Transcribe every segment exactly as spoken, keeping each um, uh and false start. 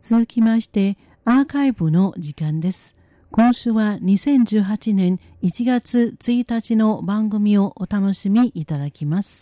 続きましてアーカイブの時間です。今週はにせんじゅうはちねんいちがつついたちの番組をお楽しみいただきます。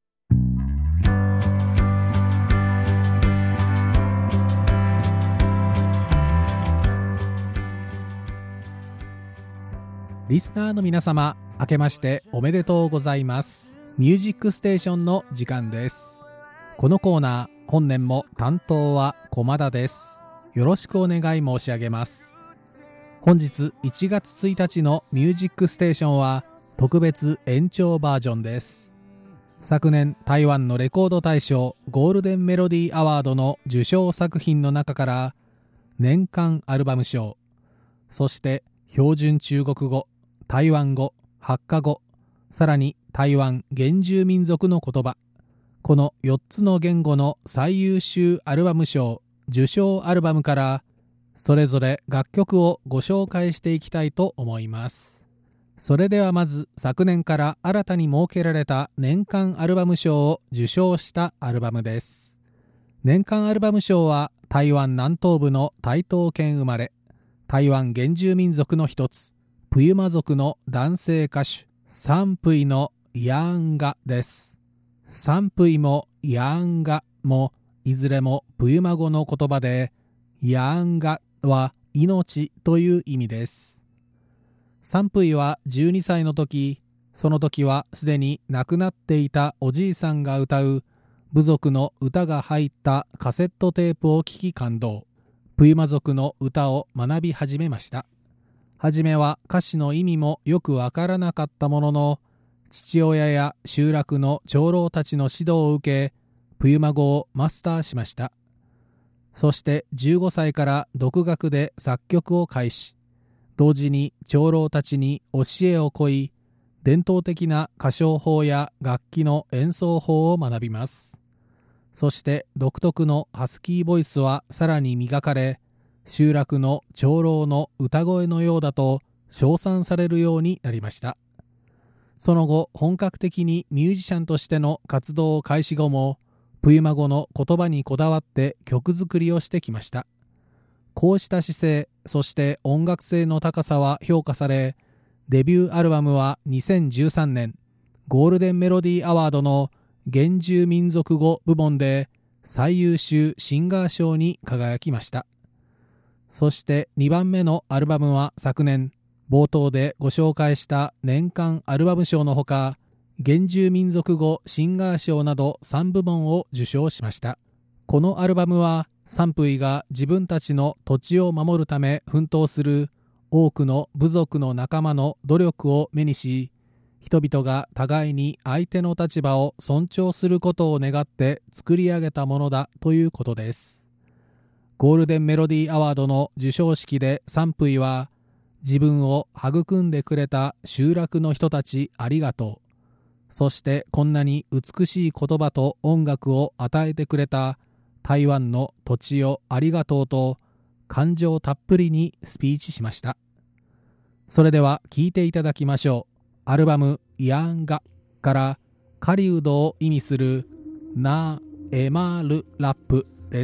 リスナーの皆様、明けましておめでとうございます。ミュージックステーションの時間です。このコーナー、本年も担当は駒田です。よろしくお願い申し上げます。本日いちがつついたちのミュージックステーションは特別延長バージョンです。昨年台湾のレコード大賞ゴールデンメロディーアワードの受賞作品の中から年間アルバム賞、そして標準中国語、台湾語、ハッカ語、さらに台湾原住民族の言葉、このよっつの言語の最優秀アルバム賞受賞アルバムからそれぞれ楽曲をご紹介していきたいと思います。それではまず昨年から新たに設けられた年間アルバム賞を受賞したアルバムです。年間アルバム賞は台湾南東部の台東県生まれ、台湾原住民族の一つプユマ族の男性歌手サンプイのヤーンガです。サンプイもヤーンガもいずれもプユマ語の言葉で、ヤーンガは命という意味です。サンプイはじゅうにさいの時、その時はすでに亡くなっていたおじいさんが歌う部族の歌が入ったカセットテープを聴き感動、プユマ族の歌を学び始めました。はじめは歌詞の意味もよくわからなかったものの、父親や集落の長老たちの指導を受け、プユマ語をマスターしました。そしてじゅうごさいから独学で作曲を開始、同時に長老たちに教えを請い、伝統的な歌唱法や楽器の演奏法を学びます。そして独特のハスキーボイスはさらに磨かれ、集落の長老の歌声のようだと称賛されるようになりました。その後、本格的にミュージシャンとしての活動を開始後も、プユマ語の言葉にこだわって曲作りをしてきました。こうした姿勢、そして音楽性の高さは評価され、デビューアルバムはにせんじゅうさんねんゴールデンメロディーアワードの原住民族語部門で最優秀シンガー賞に輝きました。そしてにばんめのアルバムは昨年冒頭でご紹介した年間アルバム賞のほか、原住民族語シンガー賞などさんぶもんを受賞しました。このアルバムはサンプイが自分たちの土地を守るため奮闘する多くの部族の仲間の努力を目にし、人々が互いに相手の立場を尊重することを願って作り上げたものだということです。ゴールデンメロディーアワードの授賞式でサンプイは、自分を育んでくれた集落の人たちありがとう、そしてこんなに美しい言葉と音楽を与えてくれた台湾の土地をありがとうと感情たっぷりにスピーチしました。それでは聴いていただきましょう。アルバムヤンガから狩人を意味するナーエマールラップです。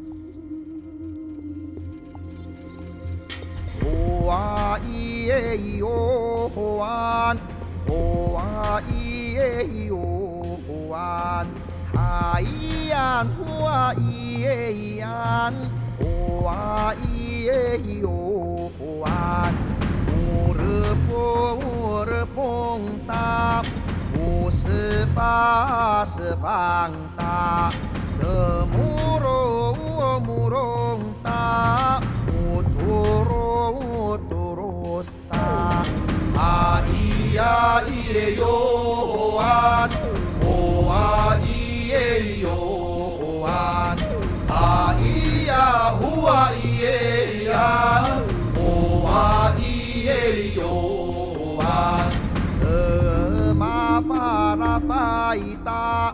ホワイエイオホワンホワイエイオホワンハイヤンホワイエイヤンホワイエイオホワンウルポウルポンタウスパスパンタルムロムロンタウトロウトロスタハイヤイエヨホワンホワイエヨホワンハイヤホワイエヤホワイエヨホワンMa fa la faita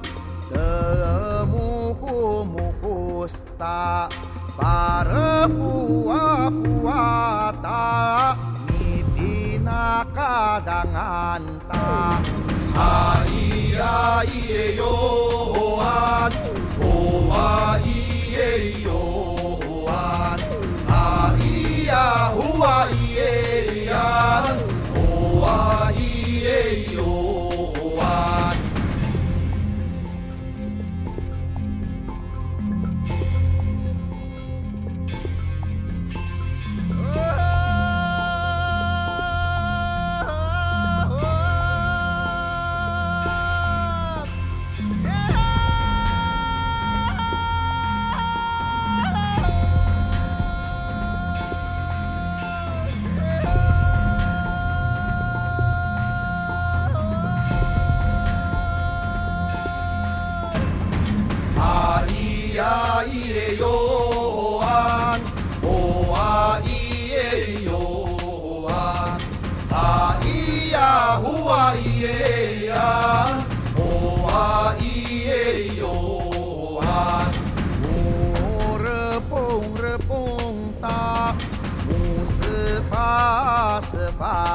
Temuhu muhusta Para fuwa fuata Mitina kadanganta Haiya iye yohan Hoa iye yohan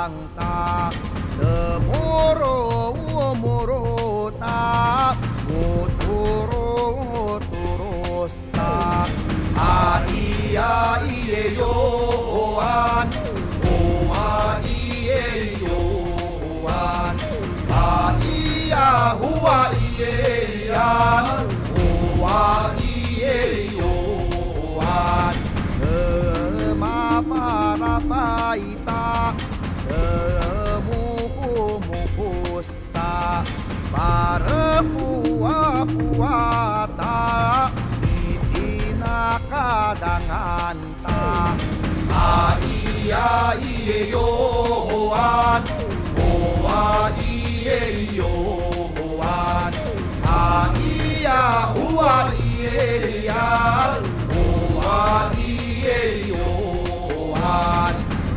ang ta temoro moro ta uturo turus ta Aia ie yoan Oa ie yoan Aia hua ie yan Oa ie yoan Ema para paita Emu mukusta Para fua fua ta Kadangan ta Aia ie yoan Oa ie yoan Aia hua ie yan Oa ie yoan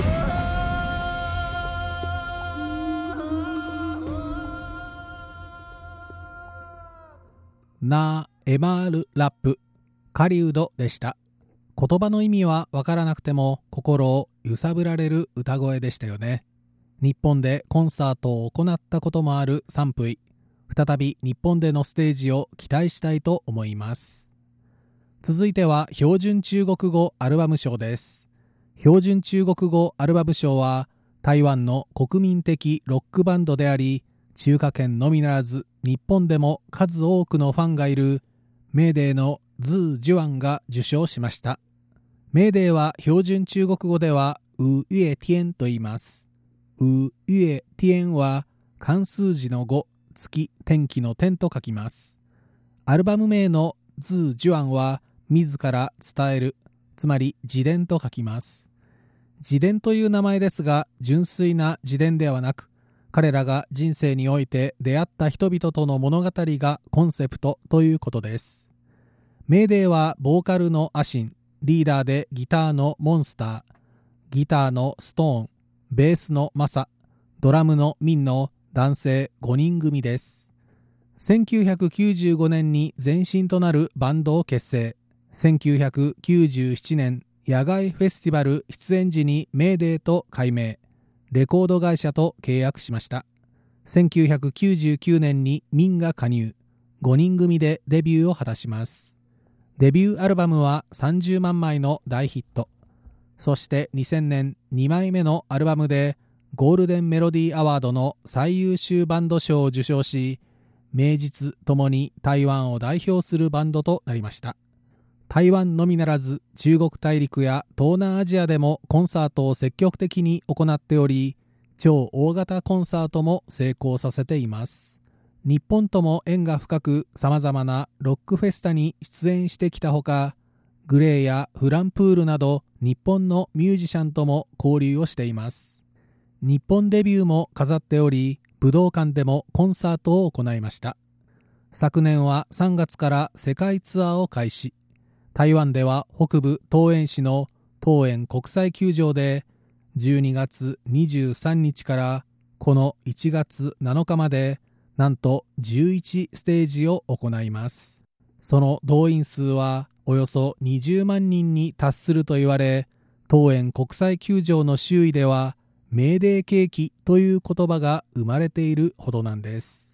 なえまるラップ狩人でした。言葉の意味はわからなくても心を揺さぶられる歌声でしたよね。日本でコンサートを行ったこともあるサンプイ、再び日本でのステージを期待したいと思います。続いては標準中国語アルバム賞です。標準中国語アルバム賞は台湾の国民的ロックバンドであり、中華圏のみならず日本でも数多くのファンがいるメーデーのズー・ジュアンが受賞しました。メーデーは標準中国語ではウ・ユエ・ティエンと言います。ウ・ユエ・ティエンは漢数字の語、月、天気の天と書きます。アルバム名のズー・ジュアンは自ら伝える、つまり自伝と書きます。自伝という名前ですが、純粋な自伝ではなく、彼らが人生において出会った人々との物語がコンセプトということです。メーデーはボーカルのアシン、リーダーでギターのモンスター、ギターのストーン、ベースのマサ、ドラムのミンの男性ごにん組です。せんきゅうひゃくきゅうじゅうごねんに前身となるバンドを結成。せんきゅうひゃくきゅうじゅうななねん野外フェスティバル出演時にメーデーと改名、レコード会社と契約しました。せんきゅうひゃくきゅうじゅうきゅうねんにミンが加入、ごにん組でデビューを果たします。デビューアルバムはさんじゅうまんまいの大ヒット。そしてにせんねんにまいめのアルバムでゴールデンメロディーアワードの最優秀バンド賞を受賞し、名実ともに台湾を代表するバンドとなりました。台湾のみならず中国大陸や東南アジアでもコンサートを積極的に行っており、超大型コンサートも成功させています。日本とも縁が深く、さまざまなロックフェスタに出演してきたほか、グレーやフランプールなど日本のミュージシャンとも交流をしています。日本デビューも飾っており、武道館でもコンサートを行いました。昨年はさんがつから世界ツアーを開始。台湾では北部桃園市の桃園国際球場でじゅうにがつにじゅうさんにちからこのいちがつなのかまでなんとじゅういちステージを行います。その動員数はおよそにじゅうまんにんに達すると言われ、桃園国際球場の周囲ではメーデー景気という言葉が生まれているほどなんです。